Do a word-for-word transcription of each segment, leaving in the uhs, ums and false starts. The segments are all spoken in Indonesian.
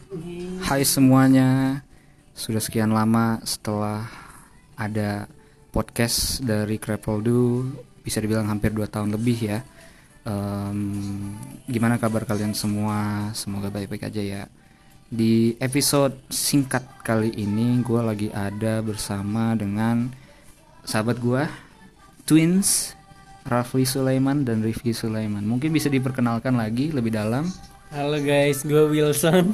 Hai semuanya, sudah sekian lama setelah ada podcast dari Krepeldu, bisa dibilang hampir dua tahun lebih ya. um, Gimana kabar kalian semua? Semoga baik-baik aja ya. Di episode singkat kali ini gue lagi ada bersama dengan sahabat gue, twins Rafli Sulaiman dan Rifki Sulaiman. Mungkin bisa diperkenalkan lagi lebih dalam. Halo guys, gue Wilson.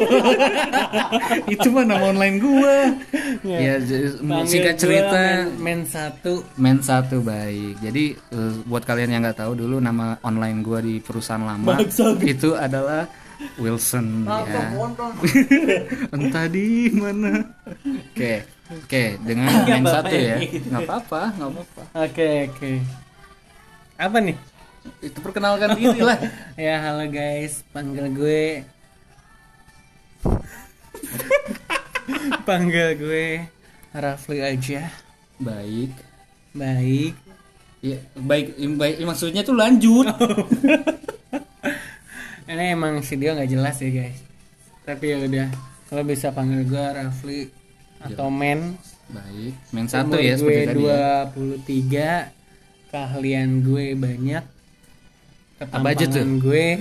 Itu mah nama online gue. Ya, singkat cerita men, men satu. Men satu baik. Jadi uh, buat kalian yang nggak tahu, dulu nama online gue di perusahaan lama Baksud. Itu adalah Wilson ya. Entah di mana. Oke, oke dengan men satu ya. Nggak apa-apa, nggak apa-apa. Oke, oke. Apa nih? Itu perkenalkan diri lah. Ya halo guys, panggil gue panggil gue Rafli aja. Baik. Baik. Ya baik, baik maksudnya tuh lanjut. Ini emang video nggak jelas ya guys. Tapi ya udah, kalau bisa panggil gue Rafli atau Men. Baik. Men satu ya seperti tadi. Gue dua puluh tiga, keahlian gue banyak. Apa aja tuh? Gue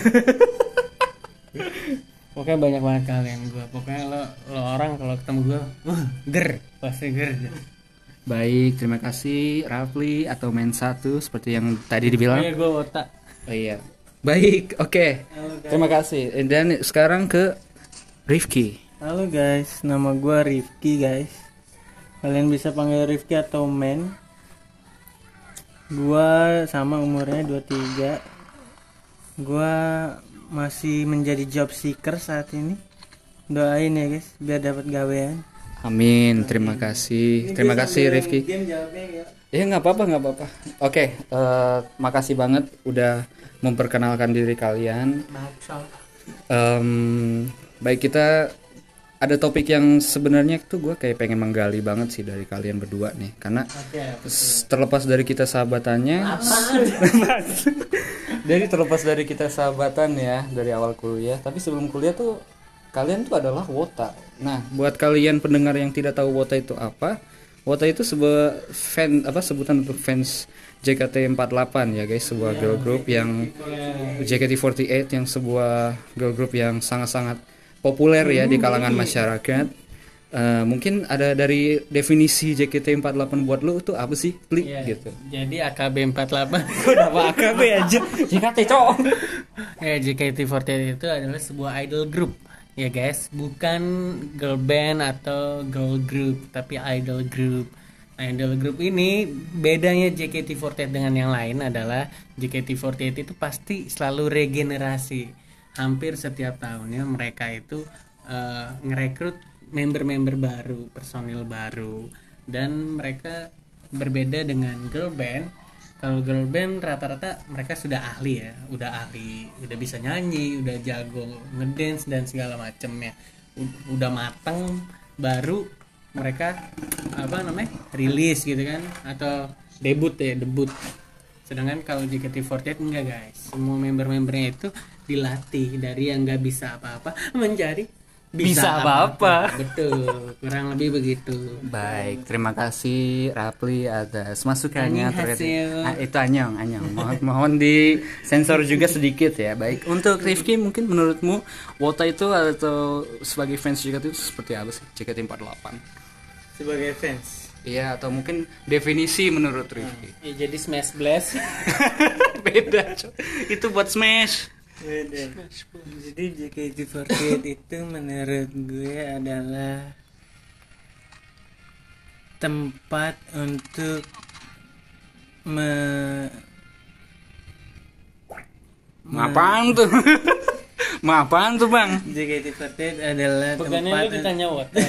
pokoknya banyak banget kalian gue. Pokoknya lo, lo orang kalau ketemu gue uh, ger, pasti ger. Baik, terima kasih Rafli atau Men satu seperti yang tadi dibilang. Oh iya, gue otak. Oh iya. Baik, oke okay. Terima kasih. Dan sekarang ke Rifki. Halo guys, nama gue Rifki guys. Kalian bisa panggil Rifki atau Men. Gua sama umurnya dua puluh tiga. Gua masih menjadi job seeker saat ini. Doain ya guys biar dapat gawean. Amin. Terima kasih. Terima kasih Rifki. Ya ya nggak apa-apa, nggak apa-apa. Oke, uh, makasih banget udah memperkenalkan diri kalian. Um, baik, kita ada topik yang sebenarnya tuh gue kayak pengen menggali banget sih dari kalian berdua nih, karena okay, terlepas dari kita sahabatannya, dari terlepas dari kita sahabatan ya dari awal kuliah, tapi sebelum kuliah tuh kalian tuh adalah Wota. Nah, buat kalian pendengar yang tidak tahu Wota itu apa, Wota itu sebuah fan apa sebutan untuk fans J K T empat puluh delapan ya guys, sebuah girl group yang J K T empat puluh delapan yang sebuah girl group yang sangat-sangat populer ya di kalangan masyarakat. Uh, mungkin ada dari definisi J K T empat puluh delapan buat lu itu apa sih? Klik yeah, gitu. Jadi A K B empat puluh delapan. Kenapa A K B aja? J K T cowok. Ya, J K T empat puluh delapan itu adalah sebuah idol group. Ya guys, bukan girl band atau girl group, tapi idol group. Nah, idol group ini bedanya J K T empat puluh delapan dengan yang lain adalah J K T empat puluh delapan itu pasti selalu regenerasi. Hampir setiap tahunnya mereka itu uh, ngerekrut member-member baru, personil baru, dan mereka berbeda dengan girl band. Kalau girl band rata-rata mereka sudah ahli ya, udah ahli, udah bisa nyanyi, udah jago ngedance dan segala macamnya, udah mateng, baru mereka apa namanya rilis gitu kan, atau debut ya debut. Sedangkan kalau J K T empat puluh delapan enggak guys, semua member-membernya itu dilatih dari yang nggak bisa apa-apa menjadi bisa, bisa apa-apa. Betul, kurang lebih begitu. Baik, terima kasih Rapli atas masukannya terkait ah, itu anyong anyong. Mohon mohon di sensor juga sedikit ya. Baik, untuk Rifki mungkin menurutmu Wota itu atau sebagai fans J K T itu seperti apa sih J K T empat puluh delapan? Sebagai fans. Iya, atau mungkin definisi menurut Rifki. Hmm, ya jadi Smash Blast. Beda, co. Itu buat Smash. Beda. Jadi J K T empat puluh delapan itu menurut gue adalah tempat untuk me Apaan tuh? Apaan tuh bang? J K T empat puluh delapan adalah bukannya tempat lu ditanya Wota.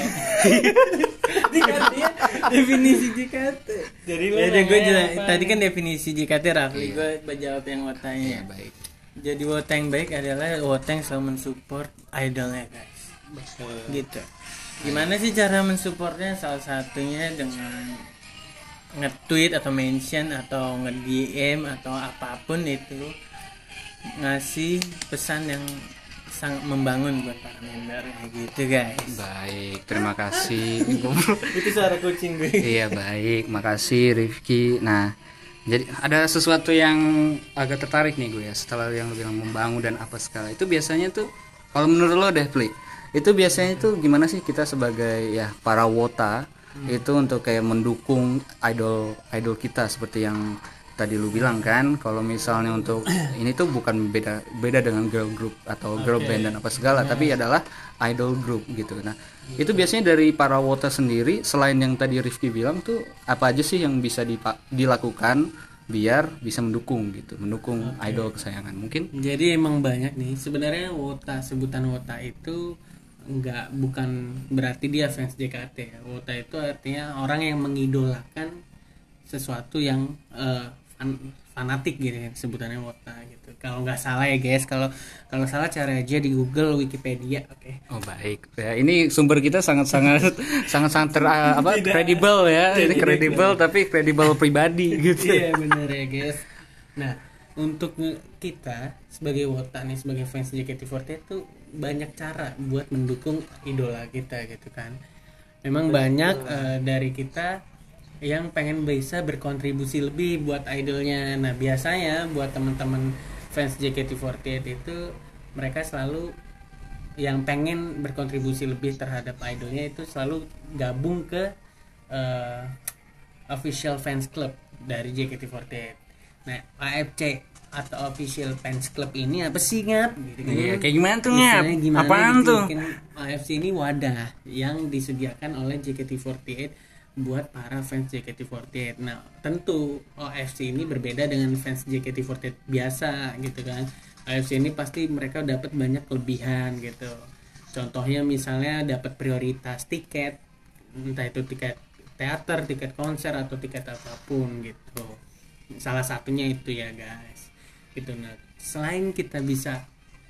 dia definisi J K T. Jadi ya udah gue jelas. Tadi kan definisi J K T Rafli, iya. Gue menjawab yang Wotanya. Iya, baik. Jadi Wota yang baik adalah Wota yang selalu mensupport idolnya guys. Betul. Gitu. Gimana sih cara mensupportnya? Salah satunya dengan nge-tweet atau mention atau nge-D M atau apapun itu, ngasih pesan yang sangat membangun buat para member kayak gitu guys. Baik, terima kasih. Itu suara kucing gue. Iya baik, makasih Rifki. Nah, jadi ada sesuatu yang agak tertarik nih gue ya setelah yang lu bilang membangun dan apa segala. Itu biasanya tuh kalau menurut lo deh Pli, itu biasanya tuh gimana sih kita sebagai ya para wota hmm. itu untuk kayak mendukung idol idol kita seperti yang tadi lu bilang kan, kalau misalnya untuk ini tuh bukan beda beda dengan girl group atau girl okay. band dan apa segala, yeah. tapi adalah idol group gitu. Nah, gitu. Itu biasanya dari para wota sendiri selain yang tadi Rifki bilang tuh apa aja sih yang bisa dipa- dilakukan biar bisa mendukung gitu, mendukung okay. idol kesayangan mungkin. Jadi emang banyak nih sebenarnya wota, sebutan wota itu enggak bukan berarti dia fans J K T ya. Wota itu artinya orang yang mengidolakan sesuatu yang uh, fanatik gitu ya sebutannya wota gitu. Kalau nggak salah ya guys, kalau kalau salah cari aja di Google, Wikipedia, oke. Okay. Oh baik. Ya, ini sumber kita sangat-sangat sangat-sangat ter, apa kredibel ya. Ini kredibel tapi kredibel pribadi gitu. Iya benar ya guys. Nah, untuk kita sebagai wota nih, sebagai fans J K T empat delapan itu banyak cara buat mendukung idola kita gitu kan. Memang banyak uh, dari kita yang pengen bisa berkontribusi lebih buat idolnya. Nah biasanya buat teman-teman fans J K T empat delapan itu mereka selalu yang pengen berkontribusi lebih terhadap idolnya itu selalu gabung ke uh, official fans club dari J K T empat delapan. Nah A F C atau official fans club ini apa sih Ngap? Gitu kan. Iya, kayak gimana tuh Ngap? Apaan gitu, tuh? Mungkin A F C ini wadah yang disediakan oleh J K T empat delapan buat para fans J K T empat delapan. Nah, tentu O F C ini berbeda dengan fans J K T empat delapan biasa gitu kan. O F C ini pasti mereka dapat banyak kelebihan gitu. Contohnya misalnya dapat prioritas tiket, entah itu tiket teater, tiket konser atau tiket apapun gitu. Salah satunya itu ya, guys. Gitu. Nah, selain kita bisa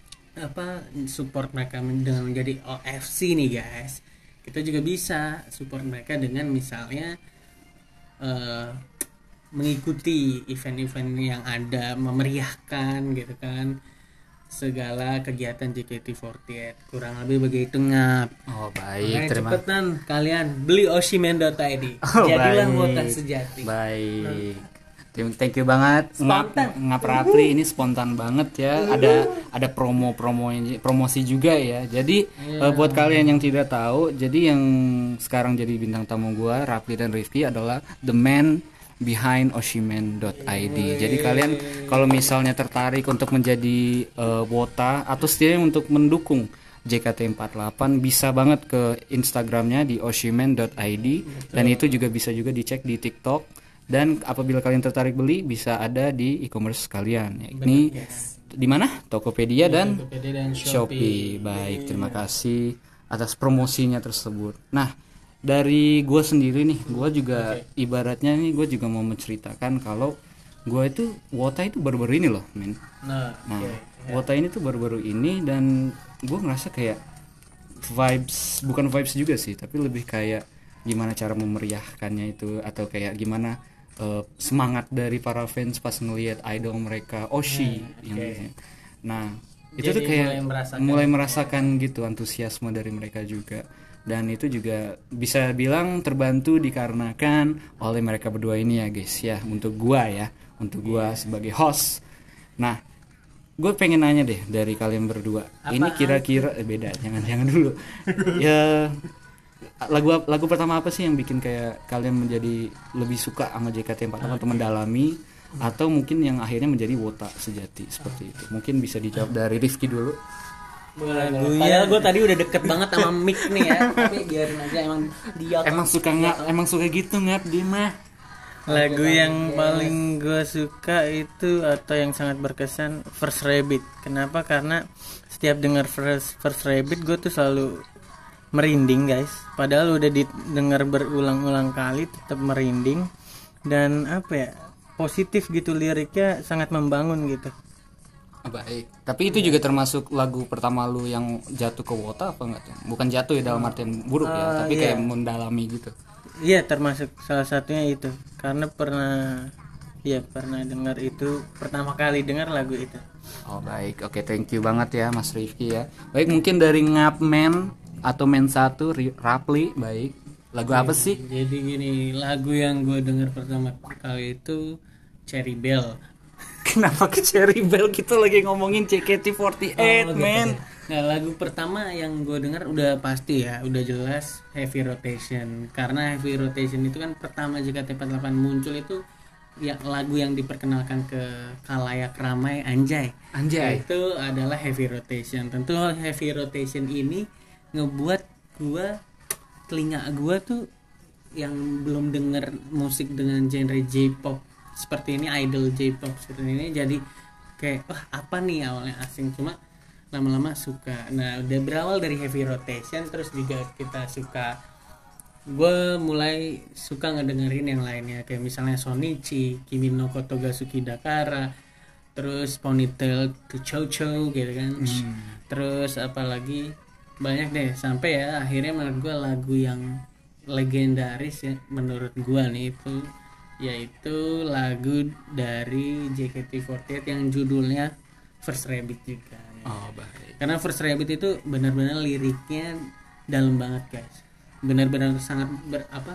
apa support mereka dengan menjadi O F C nih, guys. Kita juga bisa support mereka dengan misalnya uh, mengikuti event-event yang ada, memeriahkan gitu kan segala kegiatan J K T empat delapan. Kurang lebih begitu Ngap. Oh baik, makanya terima cepetan kalian beli oshimen dot i d. Oh, jadilah baik. wota sejati. Baik. Thank you banget. Spontan. Ngap, Ngap Rapli ini spontan banget ya. Ada ada promo-promo promosi juga ya. Jadi yeah. uh, buat kalian yang tidak tahu, jadi yang sekarang jadi bintang tamu gua, Rapli dan Rifki adalah the man behind oshimen dot i d. Jadi kalian kalau misalnya tertarik untuk menjadi uh, wota atau setidaknya untuk mendukung J K T empat delapan, bisa banget ke Instagramnya di oshimen dot i d dan itu juga bisa juga dicek di TikTok. Dan apabila kalian tertarik beli bisa ada di e-commerce kalian. Ini yes. di mana? Tokopedia ya, dan, Tokopedia dan Shopee. Shopee. Baik, terima kasih atas promosinya tersebut. Nah, dari gue sendiri nih, gue juga okay. ibaratnya nih gue juga mau menceritakan kalau gue itu wota itu baru-baru ini loh, men. Nah, nah okay. wota ini tuh baru-baru ini dan gue ngerasa kayak vibes, bukan vibes juga sih, tapi lebih kayak gimana cara memeriahkannya itu atau kayak gimana Uh, semangat dari para fans pas ngelihat idol mereka Oshi hmm, yang okay. nah itu jadi tuh kayak mulai merasakan, mulai merasakan gitu antusiasme dari mereka juga, dan itu juga bisa bilang terbantu dikarenakan oleh mereka berdua ini ya guys ya, untuk gua ya untuk gua yeah. sebagai host. Nah gue pengen nanya deh dari kalian berdua. Apaan? Ini kira-kira eh, beda jangan jangan dulu ya. Lagu lagu pertama apa sih yang bikin kayak kalian menjadi lebih suka sama J K T empat delapan atau mendalami atau mungkin yang akhirnya menjadi wota sejati seperti itu? Mungkin bisa dijawab dari Rifki dulu. Padahal gue tadi udah deket banget sama mic nih ya, tapi biarin aja, emang dia emang suka ngap, emang suka gitu Ngap dia mah. Lagu yang paling gue suka itu atau yang sangat berkesan First Rabbit. Kenapa? Karena setiap dengar First First Rabbit gue tuh selalu merinding guys, padahal udah didengar berulang-ulang kali tetap merinding, dan apa ya, positif gitu, liriknya sangat membangun gitu. Baik, tapi itu juga termasuk lagu pertama lu yang jatuh ke wota apa enggak tuh? Bukan jatuh ya dalam artian buruk ya, uh, tapi yeah. kayak mendalami gitu. Iya, termasuk salah satunya itu, karena pernah ya pernah dengar itu, pertama kali dengar lagu itu. Oh baik, oke thank you banget ya Mas Rifki ya. Baik mungkin dari Ngapmen atau Men satu Rapli, baik. Lagu apa sih? Jadi gini, lagu yang gue denger pertama kali itu Cherry Bell. Kenapa ke Cherry Bell, kita lagi ngomongin J K T empat delapan Oh, gitu men. ya. Nah, lagu pertama yang gue denger udah pasti ya, udah jelas Heavy Rotation. Karena Heavy Rotation itu kan pertama J K T empat delapan muncul itu ya lagu yang diperkenalkan ke khalayak ramai, anjay. Anjay. Itu adalah Heavy Rotation. Tentu Heavy Rotation ini ngebuat gua telinga gua tuh yang belum denger musik dengan genre J-pop seperti ini, idol J-pop seperti ini, jadi kayak wah apa nih, awalnya asing cuma lama-lama suka. Nah, udah berawal dari Heavy Rotation terus juga kita suka, gue mulai suka ngedengerin yang lainnya kayak misalnya Sonichi, Kimi no Kotogasuki Dakara, terus Ponytail to Chocho gitu kan. Hmm. Terus apalagi banyak deh, sampai ya akhirnya menurut gue lagu yang legendaris ya menurut gue nih itu yaitu lagu dari J K T empat delapan yang judulnya First Rabbit juga ya. Oh baik. Karena First Rabbit itu benar-benar liriknya dalam banget guys, benar-benar sangat ber apa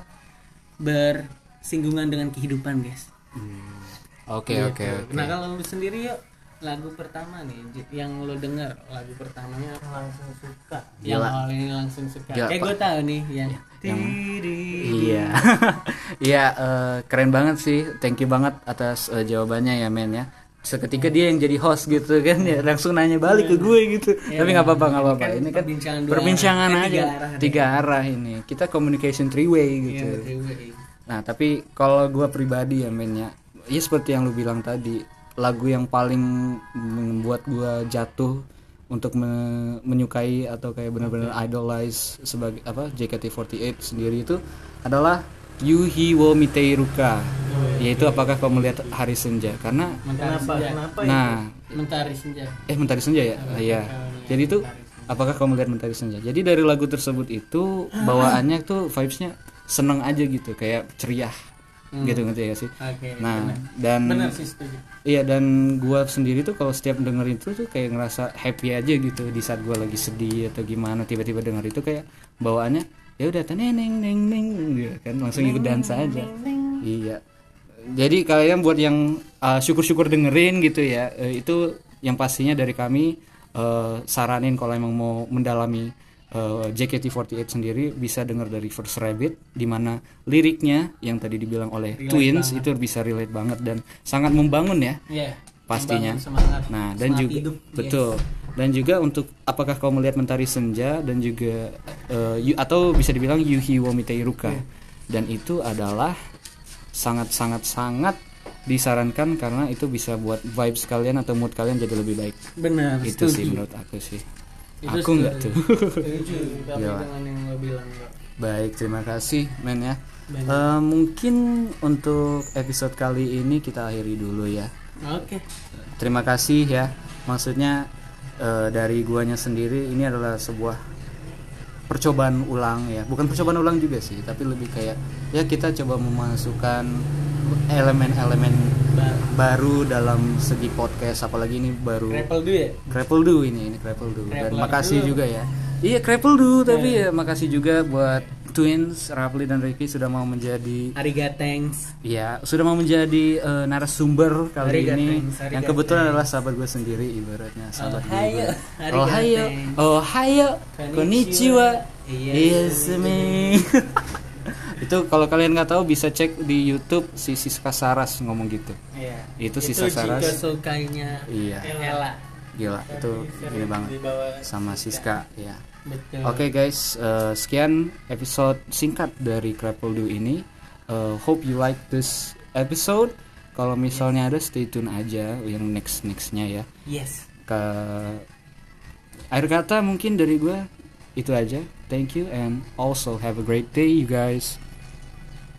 bersinggungan dengan kehidupan guys. Hmm. Oke Gitu. oke oke. Nah kalau lu sendiri yuk, lagu pertama nih J- yang lo denger, lagu pertamanya apa langsung suka? Yang Gila. awalnya langsung suka. Gila, Kayak Pak. gue tahu nih yang, yang- Tiri. Iya. Iya eh, keren banget sih. Thank you banget atas eh, jawabannya ya men ya. Seketika dia yang jadi host gitu kan ya, langsung nanya balik ke gue gitu. Iya. Tapi nggak apa-apa nggak apa-apa. Ini kan Ini kan perbincangan dua perbincangan arah. Eh, aja. tiga arah. Tiga arah ini. Kita communication three way Iya, gitu. three-way. Nah tapi kalau gue pribadi ya men ya, ya seperti yang lu bilang tadi, lagu yang paling membuat gue jatuh untuk me- menyukai atau kayak benar-benar idolize sebagai apa J K T empat delapan sendiri itu adalah Yuhi wo Miteiruka, yaitu apakah kau melihat hari senja, karena Mentari Kenapa? Senja. Kenapa? nah Mentari Senja. eh mentari senja ya iya jadi itu apakah kau melihat mentari senja, jadi dari lagu tersebut itu bawaannya tuh vibesnya seneng aja gitu, kayak ceria gitu, ngerti ya sih. Oke. Nah benar. dan Benar sih, setuju. iya, dan gua sendiri tuh kalau setiap denger itu tuh kayak ngerasa happy aja gitu di saat gua lagi sedih atau gimana, tiba-tiba denger itu kayak bawaannya ya udah teneng neng neng neng gitu kan, langsung ikut dansa aja. Iya. Jadi kalian buat yang uh, syukur-syukur dengerin gitu ya, uh, itu yang pastinya dari kami uh, saranin kalau emang mau mendalami uh, J K T empat delapan sendiri bisa denger dari First Rabbit, di mana liriknya yang tadi dibilang oleh Relate Twins banget. itu bisa relate banget dan sangat membangun ya Iya. pastinya. Membangun semangat. Nah dan semangat juga hidup. betul. Dan juga untuk apakah kau melihat Mentari Senja dan juga uh, yu- atau bisa dibilang Yuhi wo Miteiruka. Dan itu adalah sangat-sangat-sangat disarankan karena itu bisa buat vibes kalian atau mood kalian jadi lebih baik. Yes. Benar. Itu setuju. sih menurut aku sih. Itu Aku enggak tuh. Setuju. Tapi Gila. dengan yang lo bilang Bro. Baik, terima kasih men ya. Benar. Eh, mungkin untuk episode kali ini kita akhiri dulu ya. Oke. Terima kasih ya. Maksudnya eh, dari guanya sendiri ini adalah sebuah percobaan ulang ya. Bukan percobaan ulang juga sih, tapi lebih kayak ya kita coba memasukkan elemen-elemen Ba- baru dalam segi podcast, apalagi ini baru Grapple dulu ya. Grapple Do ini ini Grapple Do dan Grapple makasih Do. juga ya. Iya Grapple Do tapi ya makasih juga buat Twins, Rapli dan Ricky sudah mau menjadi Ariga thanks. ya sudah mau menjadi eh, narasumber kali Arigato, ini arigato. yang kebetulan adalah sahabat gue sendiri ibaratnya sahabat gue. Ohayo, arigato. Ohayo, Ohayo, konnichiwa, Iya. yes me. Itu kalau kalian nggak tahu bisa cek di YouTube si Siska Saras ngomong gitu. Iya. Itu Sisa Saras. Jika sukanya Iya, Ella. gila itu gini banget sama Siska ya. Betul. Oke guys, eh, sekian episode singkat dari Grapple Do ini. Eh, hope you like this episode. Kalau misalnya ada stay tune aja yang next nextnya ya. Yes. Ke akhir kata mungkin dari gue itu aja. Thank you and also have a great day you guys.